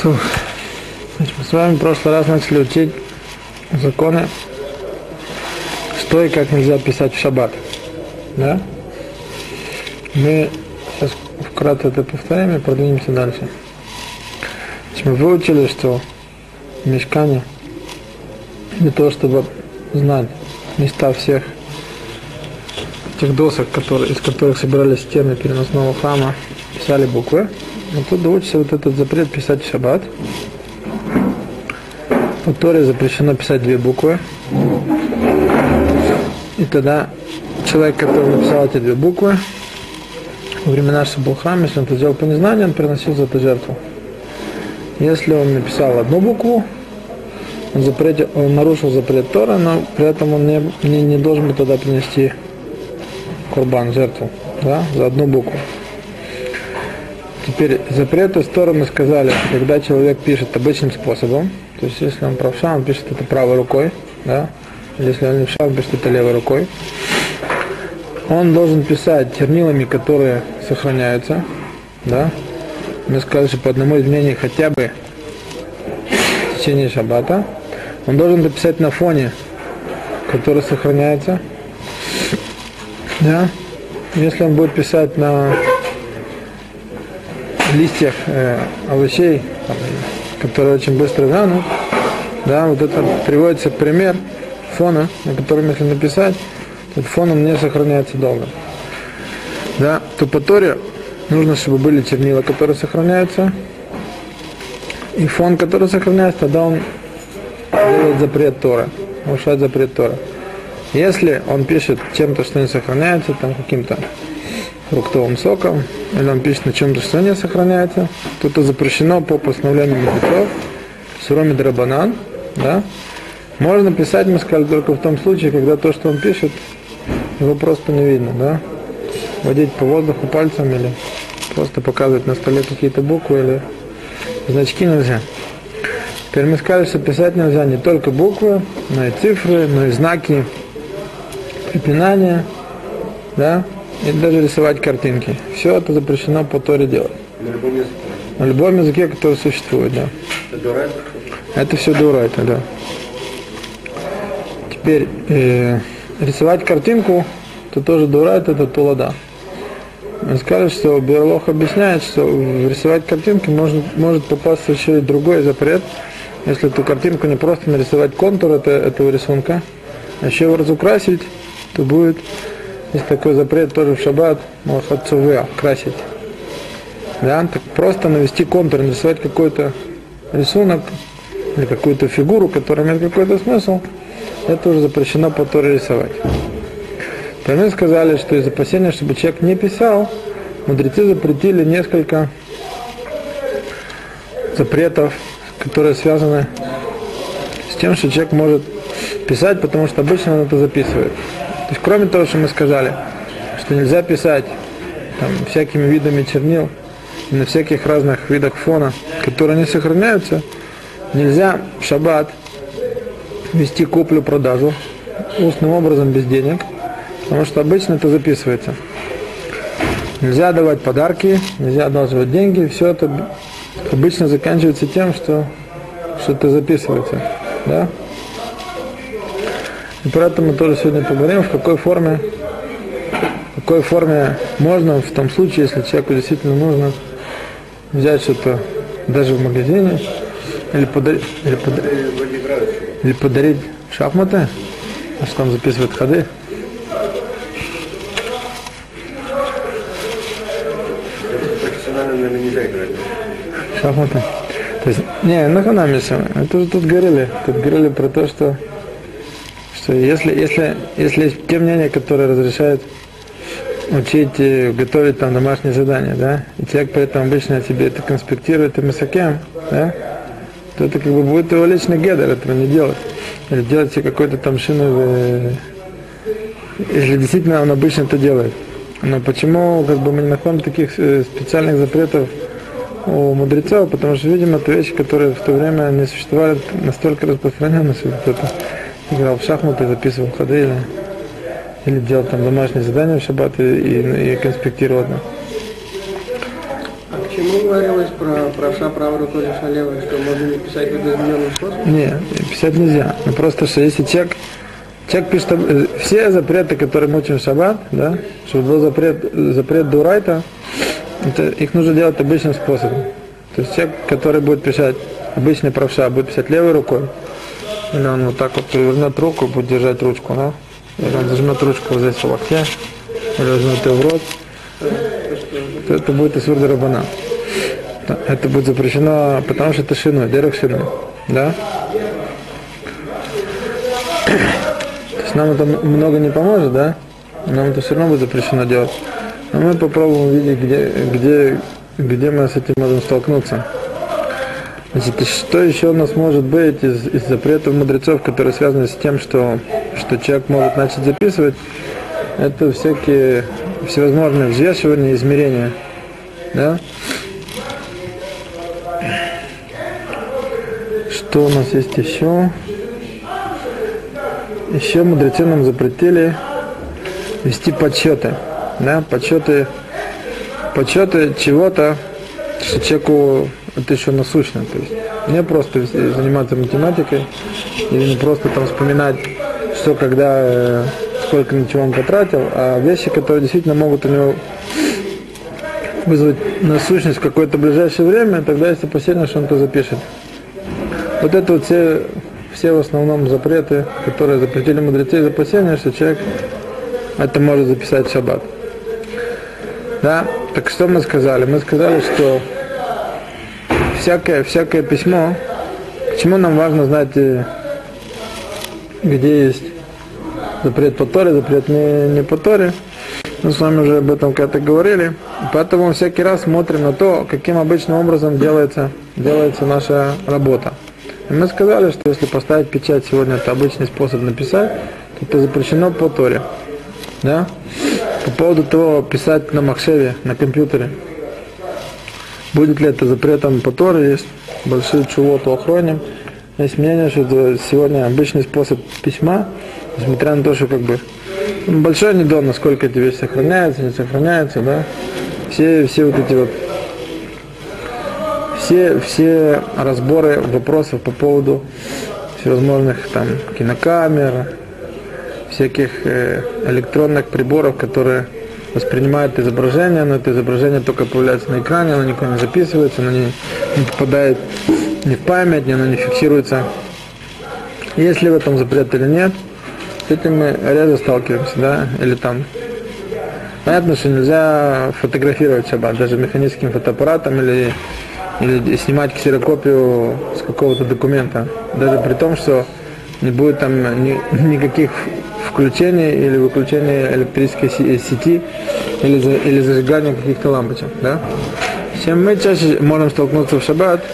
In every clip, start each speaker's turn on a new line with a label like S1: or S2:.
S1: Значит, мы с вами в прошлый раз начали учить законы, что и как нельзя писать в шаббат. Да? Мы сейчас вкратце это повторяем и продвинемся дальше. Значит, мы выучили, что в мишкане для того, чтобы знать места всех этих досок, из которых собирались стены переносного храма, писали буквы. Оттуда учится вот этот запрет писать в шаббат. По Торе запрещено писать две буквы. И тогда человек, который написал эти две буквы, во времена, что был храм, если он это делал по незнанию, он приносил за это жертву. Если он написал одну букву, он нарушил запрет Тора, но при этом он не должен был тогда принести курбан, жертву, да, за одну букву. Теперь запрет из Торы мы сказали, когда человек пишет обычным способом, то есть если он правша, он пишет это правой рукой, да, или если он левша, он пишет это левой рукой. Он должен писать чернилами, которые сохраняются, да. Мы сказали, что по одному из мнений хотя бы в течение шаббата. Он должен написать на фоне, который сохраняется, да. Если он будет писать на листьях овощей, которые очень быстро вянут, да, вот это приводится пример фона, на котором если написать, этот фон он не сохраняется долго. Да, то по Торе нужно, чтобы были чернила, которые сохраняются, и фон, который сохраняется, тогда он делает запрет Торы, нарушает запрет Торы. Если он пишет чем-то, что не сохраняется, там каким-то фруктовым соком, или он пишет на чем-то, что не сохраняется, то это запрещено по постановлению мудрецов, суроми драбанан, да. Можно писать, мы сказали, только в том случае, когда то, что он пишет, его просто не видно, да. Водить по воздуху пальцем или просто показывать на столе какие-то буквы или значки нельзя. Теперь мы сказали, что писать нельзя не только буквы, но и цифры, но и знаки препинания, да. И даже рисовать картинки. Все это запрещено по Торе делать. На любом языке, который существует, да. Это все дурайта, да. Теперь рисовать картинку, это тоже дурайта, это тулада. Мы сказали, что Берлох объясняет, что рисовать картинки может попасться еще и другой запрет, если эту картинку не просто нарисовать контур этого рисунка, а еще его разукрасить, то будет. Есть такой запрет тоже в шаббат, махацувеа, красить. Да, так просто навести контур, нарисовать какой-то рисунок или какую-то фигуру, которая имеет какой-то смысл, это уже запрещено по Торе рисовать. То мы сказали, что из опасения, чтобы человек не писал, мудрецы запретили несколько запретов, которые связаны с тем, что человек может писать, потому что обычно он это записывает. То есть, кроме того, что мы сказали, что нельзя писать там, всякими видами чернил, и на всяких разных видах фона, которые не сохраняются, нельзя в шаббат вести куплю-продажу устным образом без денег, потому что обычно это записывается. Нельзя давать подарки, нельзя одалживать деньги, все это обычно заканчивается тем, что это записывается. Да? И поэтому мы тоже сегодня поговорим, в какой форме можно, в том случае, если человеку действительно нужно взять что-то даже в магазине, или подарить шахматы, а что там записывают ходы.
S2: Профессионально, наверное, нельзя играть.
S1: Шахматы. То есть, не, на канаме все. Это уже тут говорили про то, что если есть те мнения, которые разрешают учить, готовить там домашние задания, да, и человек при этом обычно себе это конспектирует и масакем, да, то это как бы будет его личный гедер, этого не делать. Или делать себе какой-то там шину, если действительно он обычно это делает. Но почему как бы мы не находим таких специальных запретов у мудрецов? Потому что, видимо, это вещи, которые в то время не существовали настолько распространенно, что кто-то играл в шахматы, записывал ходы или делал там домашние задания в шаббат и конспектировал.
S2: А к
S3: Почему говорилось про правша правой рукой, левша левой, что можно не писать в измененном способе?
S1: Не, писать нельзя. Ну, просто, что если человек пишет, все запреты, которые мы учим в шаббат, да, чтобы был запрет дурайта, их нужно делать обычным способом. То есть человек, который будет писать обычный правша, будет писать левой рукой, или он вот так вот перевернет руку, будет держать ручку, да, или он зажмет ручку вот здесь в локте, или возьмет ее в рот, то это будет исур де-раббанан. Это будет запрещено, потому что это шиной, дерех шиной, да. То есть нам это много не поможет, да, нам это все равно будет запрещено делать. Но мы попробуем увидеть, где мы с этим можем столкнуться. Значит, что еще у нас может быть из запретов мудрецов, которые связаны с тем, что человек может начать записывать, это всякие всевозможные взвешивания, измерения, да? Что у нас есть еще? Еще мудрецы нам запретили вести подсчеты, да, подсчеты чего-то, что человеку это еще насущно, то есть не просто заниматься математикой или не просто там вспоминать, что когда, сколько на чего он потратил, а вещи, которые действительно могут у него вызвать насущность в какое-то ближайшее время, тогда есть опасение, что он это запишет. Вот это вот все в основном запреты, которые запретили мудрецы, из опасения, что человек это может записать в шаббат. Да, так что мы сказали? Мы сказали, что всякое письмо, почему нам важно знать, где есть запрет по Торе, запрет не по Торе. Мы с вами уже об этом когда-то говорили. Поэтому мы всякий раз смотрим на то, каким обычным образом делается наша работа. И мы сказали, что если поставить печать сегодня, это обычный способ написать, то это запрещено по Торе. Да? По поводу того, писать на махшеве, на компьютере, будет ли это запретом по Торе, есть большие чувот у охроним. Есть мнение, что это сегодня обычный способ письма, несмотря на то, что как бы большой недон, насколько эти вещи сохраняются, не сохраняются, да. Все вот эти вот все разборы вопросов по поводу всевозможных там кинокамер, всяких электронных приборов, которые воспринимают изображение, но это изображение только появляется на экране, оно никуда не записывается, оно не попадает ни в память, оно не фиксируется. Есть ли в этом запрет или нет, с этим мы реже сталкиваемся, да, или там. Понятно, что нельзя фотографировать шаббат, даже механическим фотоаппаратом или снимать ксерокопию с какого-то документа, даже при том, что не будет там никаких включений или выключения электрической сети или зажигания каких-то лампочек, да? С чем мы чаще можем столкнуться в шаббат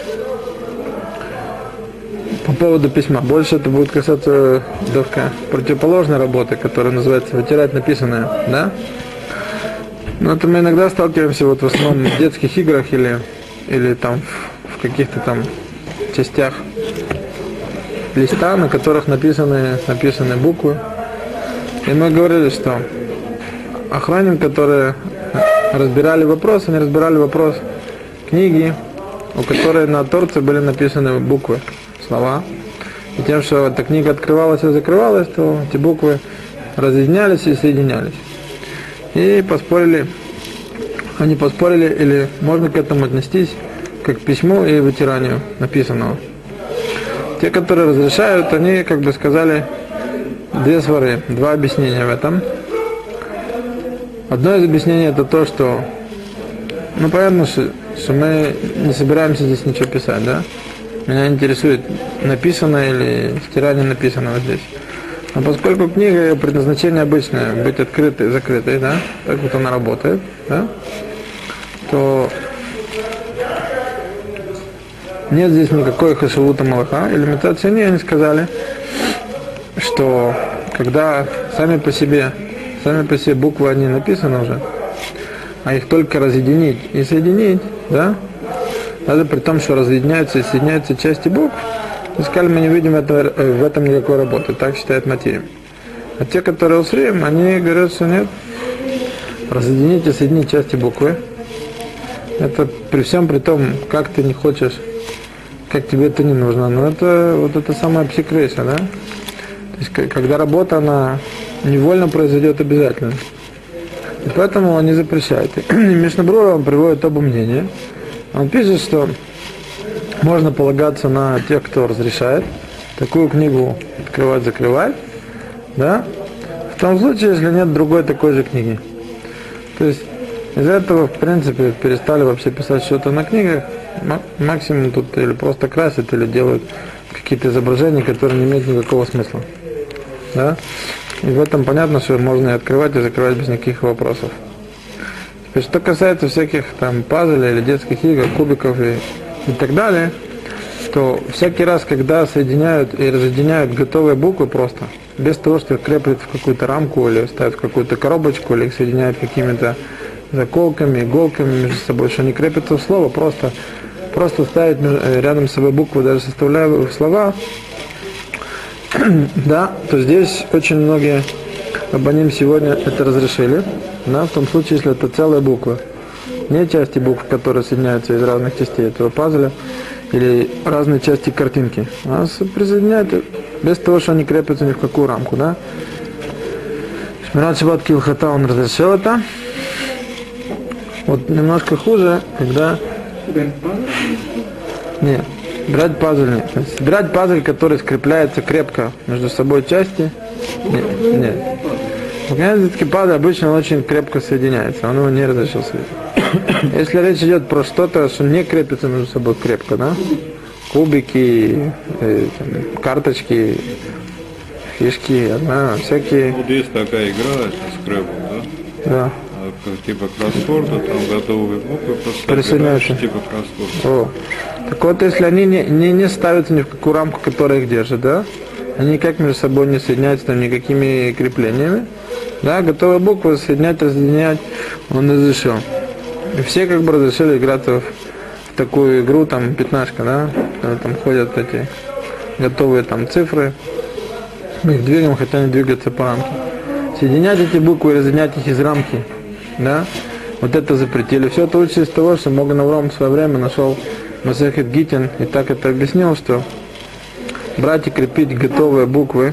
S1: по поводу письма. Больше это будет касаться только противоположной работы, которая называется вытирать написанное, да? Но это мы иногда сталкиваемся вот в основном в детских играх или там в каких-то там частях листа, на которых написаны буквы. И мы говорили, что охранники, которые разбирали вопрос, они разбирали вопрос книги, у которой на торце были написаны буквы, слова. И тем, что эта книга открывалась и закрывалась, то эти буквы разъединялись и соединялись. И они поспорили, или можно к этому отнестись, как к письму и вытиранию написанного. Те, которые разрешают, они как бы сказали две свары, два объяснения в этом. Одно из объяснений это то, что, понятно, что мы не собираемся здесь ничего писать, да? Меня интересует, написано или стирание написанного здесь. Но поскольку книга, ее предназначение обычное, быть открытой, закрытой, да, так вот она работает, да, то нет здесь никакой хашевута малаха. Или метацини, они сказали, что когда сами по себе буквы, они написаны уже, а их только разъединить и соединить, да, даже при том, что разъединяются и соединяются части букв, мы сказали, мы не видим в этом никакой работы, так считает Матирим. А те, которые усреем, они говорят, что нет, разъединить и соединить части буквы, Это при всем при том, как ты не хочешь, как тебе это не нужно. Но это вот это самая психрейса, да? То есть, когда работа, она невольно произойдет обязательно. И поэтому он не запрещает. И Мишна Брура, он приводит оба мнения. Он пишет, что можно полагаться на тех, кто разрешает такую книгу открывать, закрывать, да? В том случае, если нет другой такой же книги. То есть из-за этого, в принципе, перестали вообще писать что-то на книгах. Максимум тут или просто красят, или делают какие-то изображения, которые не имеют никакого смысла. Да? И в этом понятно, что можно и открывать, и закрывать без никаких вопросов. Теперь, что касается всяких там пазлей или детских игр, кубиков и так далее, то всякий раз, когда соединяют и разъединяют готовые буквы просто, без того, что их креплют в какую-то рамку или ставят в какую-то коробочку, или их соединяют какими-то заколками, иголками между собой, что они крепятся в слово, просто ставить рядом с собой буквы, даже составляя слова, да, то здесь очень многие абоним сегодня это разрешили, да, в том случае, если это целая буква, не части букв, которые соединяются из разных частей этого пазля, или разные части картинки, а присоединяют без того, что они крепятся ни в какую рамку, да. Шмират Шаббат Килхата, он разрешил это. Вот немножко хуже, когда... Нет, брать пазл нет. Собирать пазл, который скрепляется крепко между собой части, нет. Все-таки пазл обычно очень крепко соединяется, он его не разрешил соединять. Если речь идет про что-то, что не крепится между собой крепко, да? Кубики, карточки, фишки, да, всякие.
S4: Вот есть такая игра с скребом, да?
S1: Да.
S4: Типа кроссворда, там готовые буквы просто
S1: Присоединяются.
S4: типа кроссворда.
S1: Так вот, если они не ставятся ни в какую рамку, которая их держит, да? Они никак между собой не соединяются там никакими креплениями. Да, готовые буквы соединять, разъединять он разрешил. И все как бы разрешили играться в такую игру, там, пятнашка, да, когда там ходят эти готовые там цифры, мы их двигаем, хотя они двигаются по рамке. Соединять эти буквы и разъединять их из рамки, да, вот это запретили. Все это учится из того, что Моген Авраам в свое время нашел Масехет Гитин и так это объяснил, что брать и крепить готовые буквы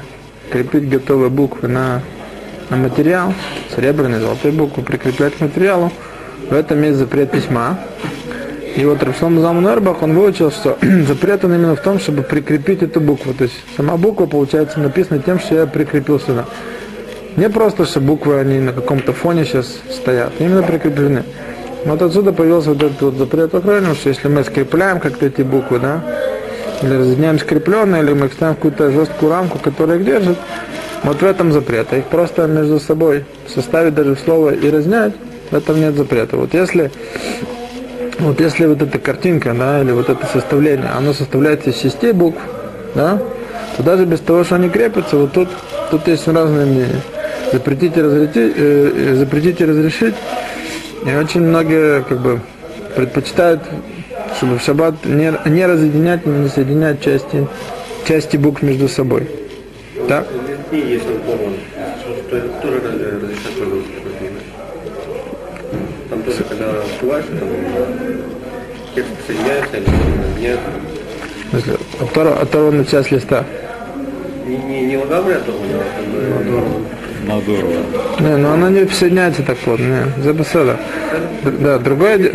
S1: на материал, серебряные, золотые буквы, прикреплять к материалу, в этом есть запрет письма. И вот Рав Шломо Залман Ойрбах, он выучил, что запрет он именно в том, чтобы прикрепить эту букву. То есть сама буква, получается, написана тем, что я прикрепил сюда. Не просто, что буквы, они на каком-то фоне сейчас стоят, именно прикреплены. Вот отсюда появился вот этот вот запрет охраны, что если мы скрепляем как-то эти буквы, да, или разъединяем скрепленные, или мы их ставим в какую-то жесткую рамку, которая их держит, вот в этом запрет. А их просто между собой составить даже в слово и разнять, в этом нет запрета. Вот если вот эта картинка, да, или вот это составление, оно составляется из частей букв, да, то даже без того, что они крепятся, вот тут есть разные мнения. Запретить и разрешить. И очень многие как бы предпочитают, чтобы в шаббат не разъединять, не соединять части букв между собой. Так?
S2: Если он порван, то это тоже разрешать пользоваться такой книгой. Там тоже, когда открываешь, там текст соединяется или нет.
S1: Оторванная часть листа.
S2: Не логамри оторвана, а как бы
S4: Надорвано.
S1: Не, но она не соединяется так плотно. Не, забысада. Да, другое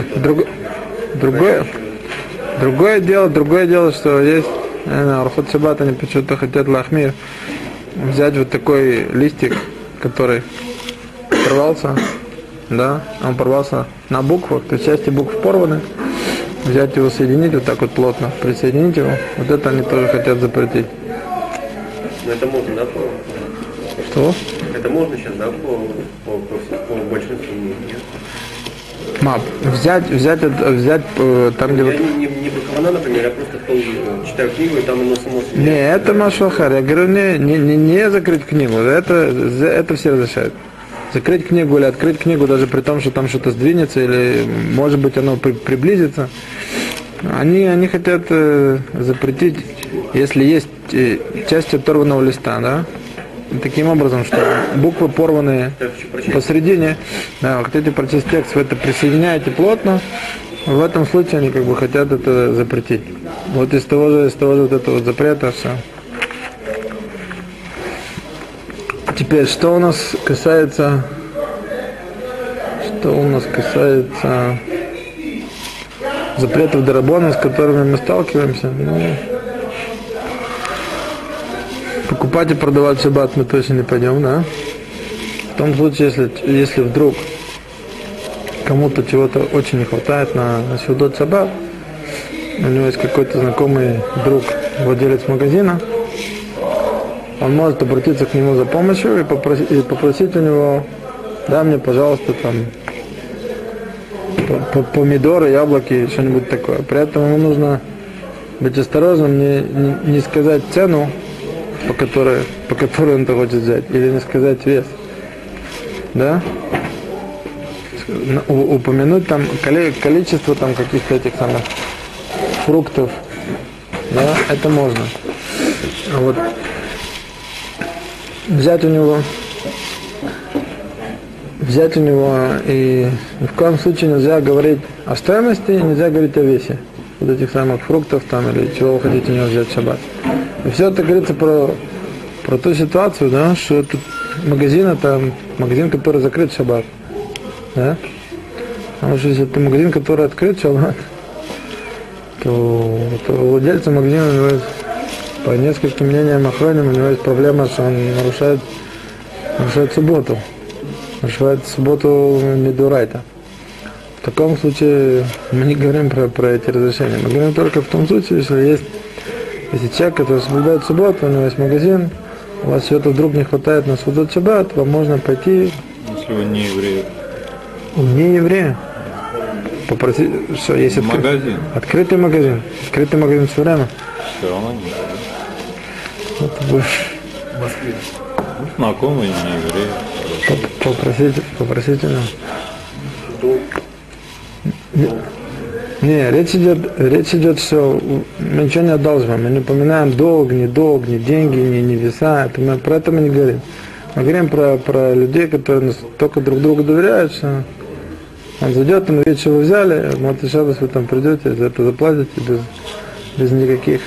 S1: дело, что есть Архот Шаббат, они почему-то хотят лахмир взять вот такой листик, который порвался, да, он порвался на буквах, то есть части букв порваны, взять его, соединить вот так вот плотно, присоединить его, вот это они тоже хотят запретить.
S2: Но это можно, да,
S1: Что?
S2: Это можно сейчас, да, по большинству нет?
S1: Мап. Взять там, где
S2: Я
S1: вот...
S2: не буквана, например, я просто читаю книгу, и там оно само себе.
S1: Не, это машохар. Я говорю, не закрыть книгу. Это все разрешают. Закрыть книгу или открыть книгу, даже при том, что там что-то сдвинется, или, может быть, оно приблизится. Они хотят запретить, если есть часть оторванного листа, да? Таким образом, что буквы порванные посередине, да, вы хотите прочесть текст, вы это присоединяете плотно, в этом случае они как бы хотят это запретить. Вот из того же вот этого вот запрета все. Теперь, что у нас касается запретов дарабона, с которыми мы сталкиваемся, ну, покупать и продавать в шаббат мы точно не пойдем, да? В том случае, если вдруг кому-то чего-то очень не хватает на сеудот шаббат, у него есть какой-то знакомый друг, владелец магазина, он может обратиться к нему за помощью и попросить у него: дай мне, пожалуйста, там помидоры, яблоки, что-нибудь такое. При этом ему нужно быть осторожным, не сказать цену, по которой он это хочет взять, или не сказать вес. Да? Упомянуть там количество там каких-то этих самых фруктов. Да, это можно. А вот взять у него и ни в коем случае нельзя говорить о стоимости, нельзя говорить о весе вот этих самых фруктов там или чего вы хотите у него взять в шаббат. И все это говорится про ту ситуацию, да, что тут магазин, который закрыт в шаббат. Да? Потому что если это магазин, который открыт в шаббат, то владельца магазина, у него есть, по нескольким мнениям охранным, у него есть проблема, что он нарушает субботу. Нарушает субботу мидурайта. В таком случае мы не говорим про эти разрешения. Мы говорим только в том случае, если человек, который соблюдает субботу, у него есть магазин, у вас чего-то вдруг не хватает на субботу шаббат, вам можно пойти.
S4: Если вы не еврей.
S1: Не еврея. Попросить, что есть
S4: магазин.
S1: Открытый магазин все время.
S4: Все равно нет.
S1: Это будешь
S4: знакомый, не еврей.
S1: Попросите. Не, речь идет, что мы ничего не одалживаем. Мы не упоминаем долг, ни деньги, ни веса. Про это мы не говорим. Мы говорим про людей, которые только друг другу доверяют, что он зайдет, он видит, что вы взяли, вот сейчас вы там придете, за это заплатите без никаких...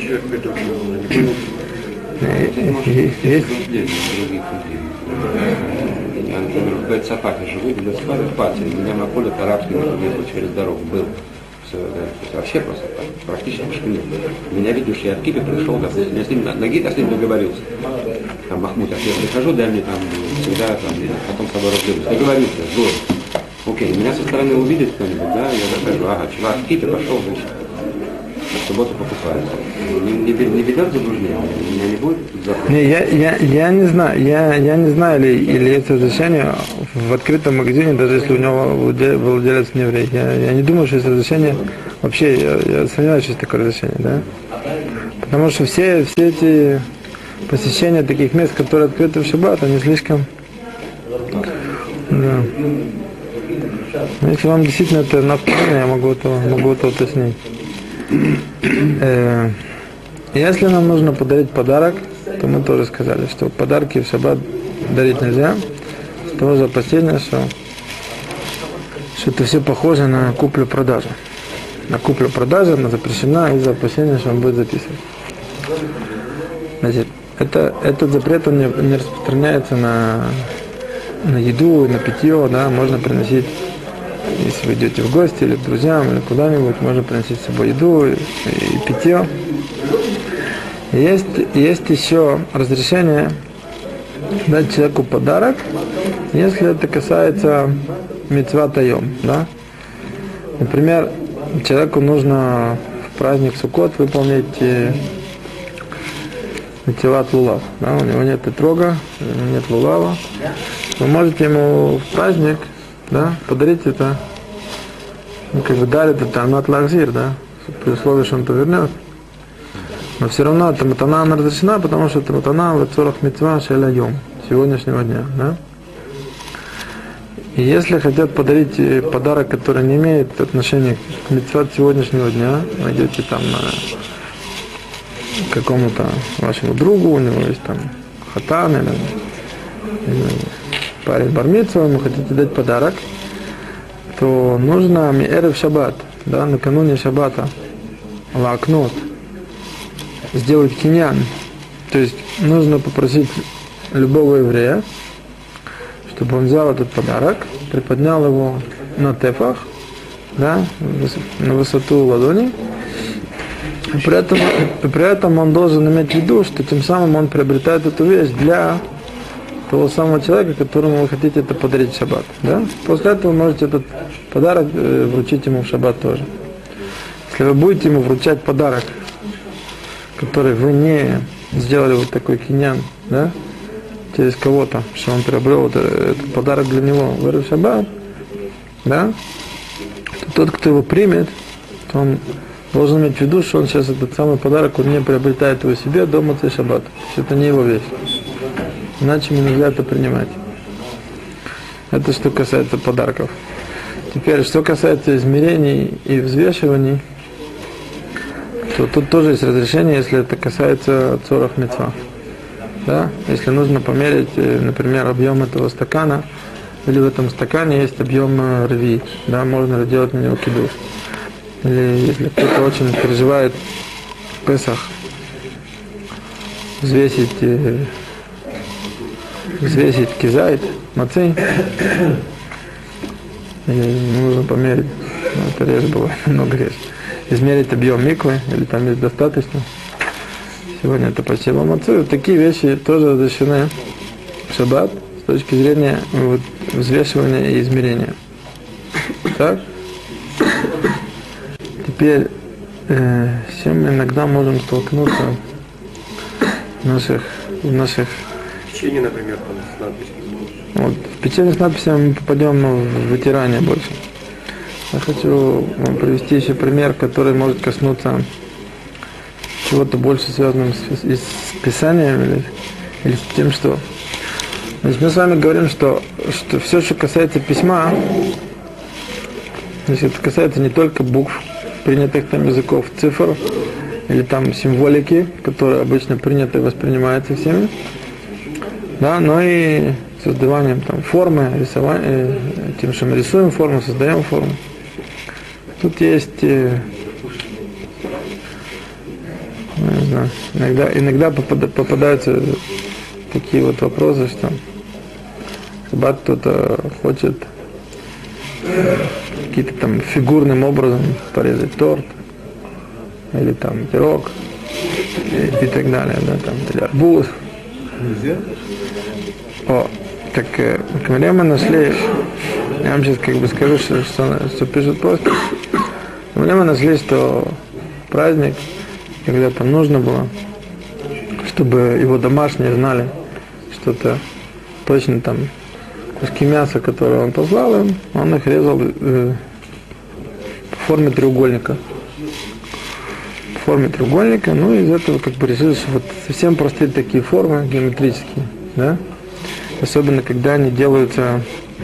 S5: В Бет-Сафаке живу, в Бет-Сафаке, у меня находит арабский язык через дорогу был. Вообще просто практически школьник. Меня видишь, я в Кипе пришел, допустим, я с ним с ним договорился. Там Махмуд, я прихожу, дай мне там всегда, там, потом с тобой разберусь. Договорился, здорово. Окей, меня со стороны увидит кто-нибудь, да, я закажу, чувак в Кипе пошел, значит, в субботу покупает. Не ведет заблуждение, меня не будет запрета.
S1: Не, я не знаю, я не знаю, или есть разрешение в открытом магазине, даже если у него владелец не еврей. Я не думаю, что есть разрешение. Вообще, я сомневаюсь, что есть такое разрешение, да? Потому что все эти посещения таких мест, которые открыты в шаббат, они слишком... Да. Но если вам действительно это наполнено, я могу это уточнить. Если нам нужно подарить подарок, то мы тоже сказали, что подарки в шаббат дарить нельзя. С того же опасения, что это все похоже на куплю-продажу. На куплю-продажу она запрещена из-за опасения, что он будет записывать. Значит, этот запрет он не распространяется на еду, на питье, да, можно приносить. Если вы идете в гости или к друзьям, или куда-нибудь, можно приносить с собой еду и питье. Есть еще разрешение дать человеку подарок, если это касается мицват айом, да? Например, человеку нужно в праздник Суккот выполнить митцват лулав, да? У него нет этрога, нет лулава. Вы можете ему в праздник, да, подарить это, как бы дарит это анат лахзир, да, при условии, что он это вернет. Но все равно эта матана она разрешена, потому что это матана в цорах митцва шель айом, сегодняшнего дня, да. И если хотят подарить подарок, который не имеет отношения к митцват сегодняшнего дня, вы идете там к какому-то вашему другу, у него есть там хатан или парень бар-мицва, вы хотите дать подарок, то нужно миэрев шаббат, да, накануне шаббата, лакнот, сделать киньян. То есть нужно попросить любого еврея, чтобы он взял этот подарок, приподнял его на тефах, да, на высоту ладони. И при этом он должен иметь в виду, что тем самым он приобретает эту вещь для того самого человека, которому вы хотите это подарить в шаббат. Да? После этого вы можете этот подарок вручить ему в шаббат тоже. Если вы будете ему вручать подарок, который вы не сделали вот такой киньян, да, через кого-то, что он приобрел этот подарок для него в эрев шаббат, да, то тот, кто его примет, то он должен иметь в виду, что он сейчас этот самый подарок, он не приобретает его себе до моцей шаббат. То есть это не его вещь. Иначе ему нельзя это принимать. Это что касается подарков. Теперь, что касается измерений и взвешиваний, то тут тоже есть разрешение, если это касается цорах мицва. Да? Если нужно померить, например, объем этого стакана, или в этом стакане есть объем рви, да, можно делать на него кидуш. Или если кто-то очень переживает в Песах, взвесить кизайт, мацы, и нужно померить, это реже было, много реже. Измерить объем миквы, или там есть достаточно. Сегодня это почти мацу. Такие вещи тоже разрешены в шаббат с точки зрения взвешивания и измерения. Так? Теперь с чем мы иногда можем столкнуться в наших
S2: Печенье, например, там, с надписью.
S1: вот, в печенье с надписями мы попадем в вытирание больше. Я хочу вам привести еще пример, который может коснуться чего-то больше связанного с Писанием или с тем, что... Значит, мы с вами говорим, что все, что касается письма, значит, это касается не только букв, принятых там языков, цифр, или там символики, которые обычно приняты и воспринимаются всеми, да, но и создаванием там формы, тем, что мы рисуем форму, создаем форму. Тут есть, не знаю, иногда попадаются такие вот вопросы, что шаббат кто-то хочет какие-то там фигурным образом порезать торт, или там пирог, и так далее, да, там, или арбуз.
S4: Нельзя?
S1: Так, когда мы нашли, я вам сейчас как бы скажу, что пишут просто. Когда мы нашли, что праздник, когда там нужно было, чтобы его домашние знали что-то точно там, куски мяса, которые он послал им, он их резал в форме треугольника. В форме треугольника, ну из этого как бы решили, что вот совсем простые такие формы геометрические, да? Особенно когда они делаются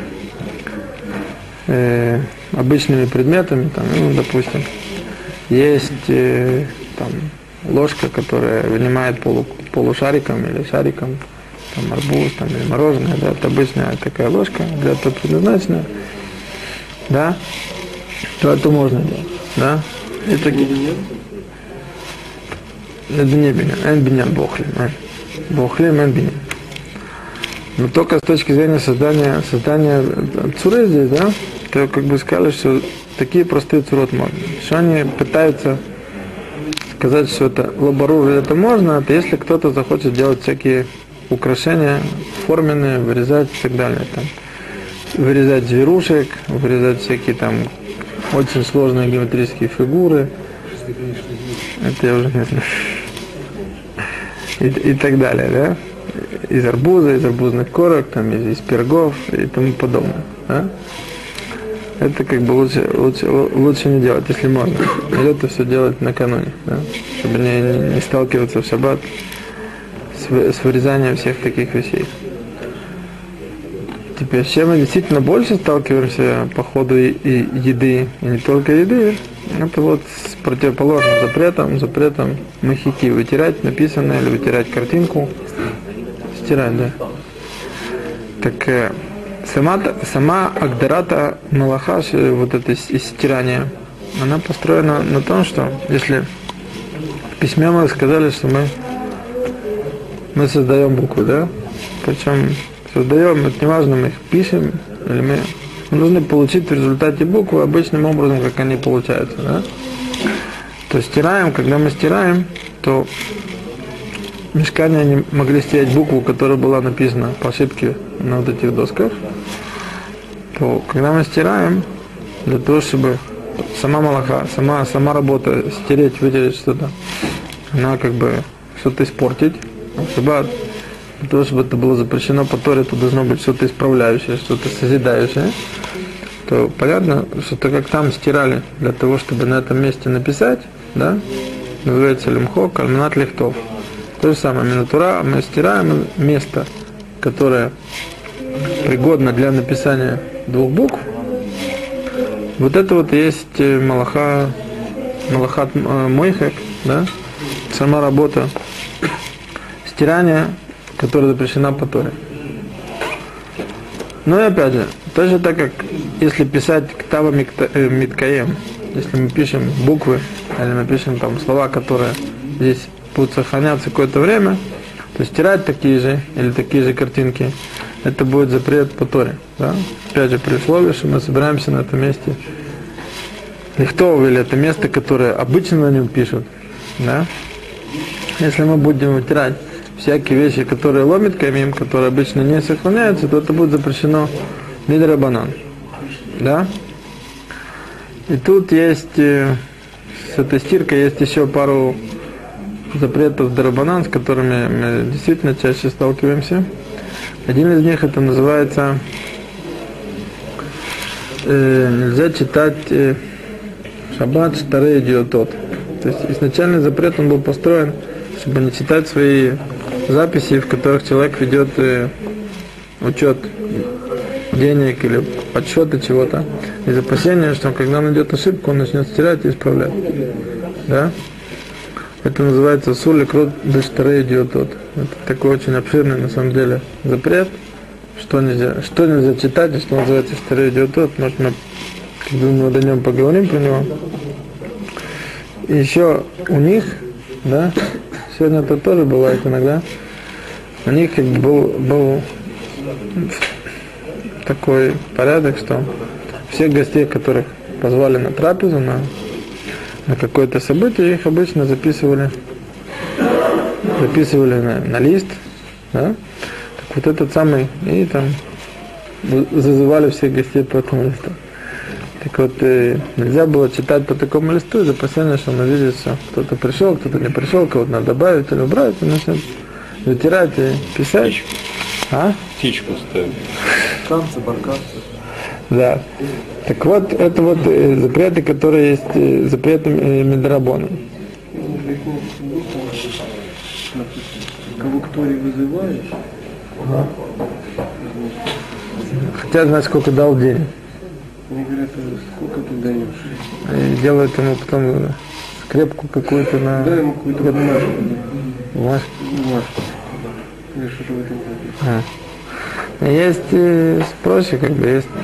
S1: обычными предметами, там, ну, допустим, есть там ложка, которая вынимает полушариком или шариком, там арбуз, там, или мороженое, да, это обычная такая ложка, для этого предназначена, да, то это можно делать, да. И такие... Это не бинян, эн бинян бохлим, бохлим эн бинян. Но только с точки зрения создания цуры здесь, да, то как бы сказали, что такие простые цурот можно. Что они пытаются сказать, что это лабарур, это можно, это если кто-то захочет делать всякие украшения форменные, вырезать и так далее. Там, вырезать зверушек, вырезать всякие там очень сложные геометрические фигуры. Это я уже не знаю. И так далее, да? Из арбуза, из арбузных корок, там, из пирогов и тому подобное. Да? Это как бы лучше не делать, если можно. Или это все делать накануне, да? Чтобы не сталкиваться в шаббат с вырезанием всех таких вещей. Теперь, с чем мы действительно больше сталкиваемся по ходу и еды, и не только еды, это вот с противоположным запретом махики, вытирать написанное или вытирать картинку, стирать, да. Так сама Агдарата Малаха, вот это стирание, она построена на том, что если в письме мы сказали, что мы создаем буквы, да? Причем создаем, это неважно, мы их пишем, или мы должны получить в результате буквы обычным образом, как они получаются, да? То стираем, когда мы стираем, то в мишкане они могли стереть букву, которая была написана по ошибке на вот этих досках, то когда мы стираем, для того, чтобы сама малаха, сама работа, стереть, вытереть что-то, она как бы что-то испортить, шаббат, для того, чтобы это было запрещено по Торе, то должно быть что-то исправляющее, что-то созидающее, то понятно, что так как там стирали для того, чтобы на этом месте написать, да, называется лимхок, альманат лихтов. То же самое, минатура, мы стираем место, которое пригодно для написания двух букв. Вот это вот есть малахат мойхек, да, сама работа стирания, которая запрещена по Торе. Ну и опять же, точно так как если писать ктава миткаем, если мы пишем буквы, или мы пишем там слова, которые здесь будут сохраняться какое-то время, то стирать такие же или такие же картинки, это будет запрет по Торе. Да? Опять же, при условии, что мы собираемся на этом месте лихтов, или это место, которое обычно на нем пишут. Да? Если мы будем вытирать всякие вещи, которые ломит камим, которые обычно не сохраняются, то это будет запрещено мидрабанан. Да? И тут есть, с этой стиркой есть еще пару запретов дарабанан, с которыми мы действительно чаще сталкиваемся. Один из них это называется нельзя читать шаббат штарей идиотот. То есть изначальный запрет он был построен, чтобы не читать свои записи, в которых человек ведет учет денег или подсчеты чего-то, из опасения, что когда он найдет ошибку, он начнет стирать и исправлять. Да? Это называется сулик рот дештаре идиотот. Это такой очень обширный на самом деле запрет, что нельзя читать и что называется штаре идиотот. Может, мы когда-нибудь до него поговорим про него. И еще у них, да, сегодня это тоже бывает иногда, у них как бы был такой порядок, что всех гостей, которых позвали на трапезу, на какое-то событие, их обычно записывали на лист, да? Так вот этот самый, и там зазывали всех гостей по этому листу. Так вот, нельзя было читать по такому листу, из опасения, что он увидит, что кто-то пришел, кто-то не пришел, кого-то надо добавить или убрать, и начнет вытирать и писать.
S4: Птичку ставить.
S3: Танцы, баркасы.
S1: Да. Так вот, это вот запреты, которые есть запреты Мидрабона.
S3: Кого кто не вызываешь?
S1: Ага. Хотят знать, сколько дал денег.
S3: Они говорят, сколько ты даешь?
S1: И делают ему потом скрепку какую-то на...
S3: Дай ему какую-то бумажку.
S1: Бумажку.
S3: Или что-то в этом роде.
S1: Есть проще, как бы, есть,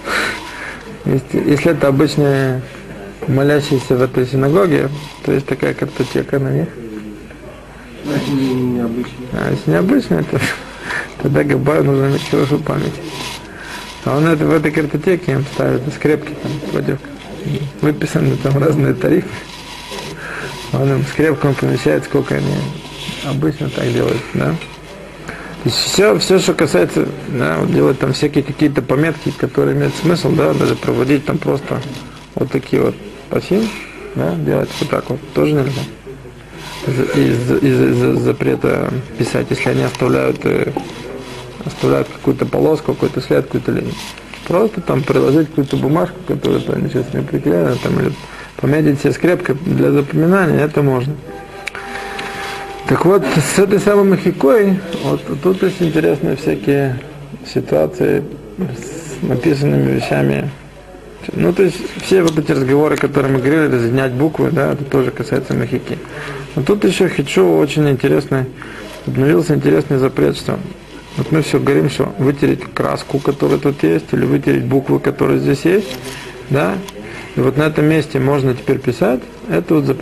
S1: если это обычные молящиеся в этой синагоге, то есть такая картотека на них.
S3: Это необычно.
S1: А если необычно, то тогда Габаю нужно иметь хорошую память. А он в этой картотеке им ставит скрепки там против, выписаны там разные тарифы. Он им скрепками помещает, сколько они обычно так делают, да. То есть все, что касается, да, вот делать там всякие какие-то пометки, которые имеют смысл, да, даже проводить там просто вот такие вот пасим, да, делать вот так вот, тоже нельзя. Из запрета писать, если они оставляют какую-то полоску, какой-то след, какую-то линию. Просто там приложить какую-то бумажку, которую там сейчас не приклеена, там, или пометить себе скрепкой для запоминания, это можно. Так вот, с этой самой махикой, вот тут есть интересные всякие ситуации с написанными вещами. Ну, то есть, все вот эти разговоры, которые мы говорили, разъединять буквы, да, это тоже касается махики. Но тут еще хитшу очень интересный, обновился интересный запрет, что Вот мы все говорим, что вытереть краску, которая тут есть, или вытереть буквы, которые здесь есть, да, и вот на этом месте можно теперь писать, это вот